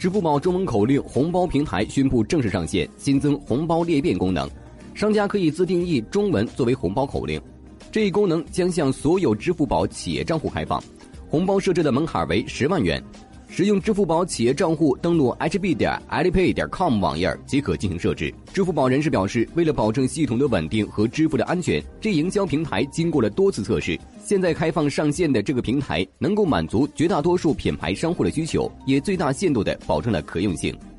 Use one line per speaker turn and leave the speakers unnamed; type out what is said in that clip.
支付宝中文口令红包平台宣布正式上线，新增红包裂变功能，商家可以自定义中文作为红包口令。这一功能将向所有支付宝企业账户开放，红包设置的门槛为10万元。使用支付宝企业账户登录 hb.alipay.com 网页即可进行设置。支付宝人士表示，为了保证系统的稳定和支付的安全，这营销平台经过了多次测试，现在开放上线的这个平台能够满足绝大多数品牌商户的需求，也最大限度地保证了可用性。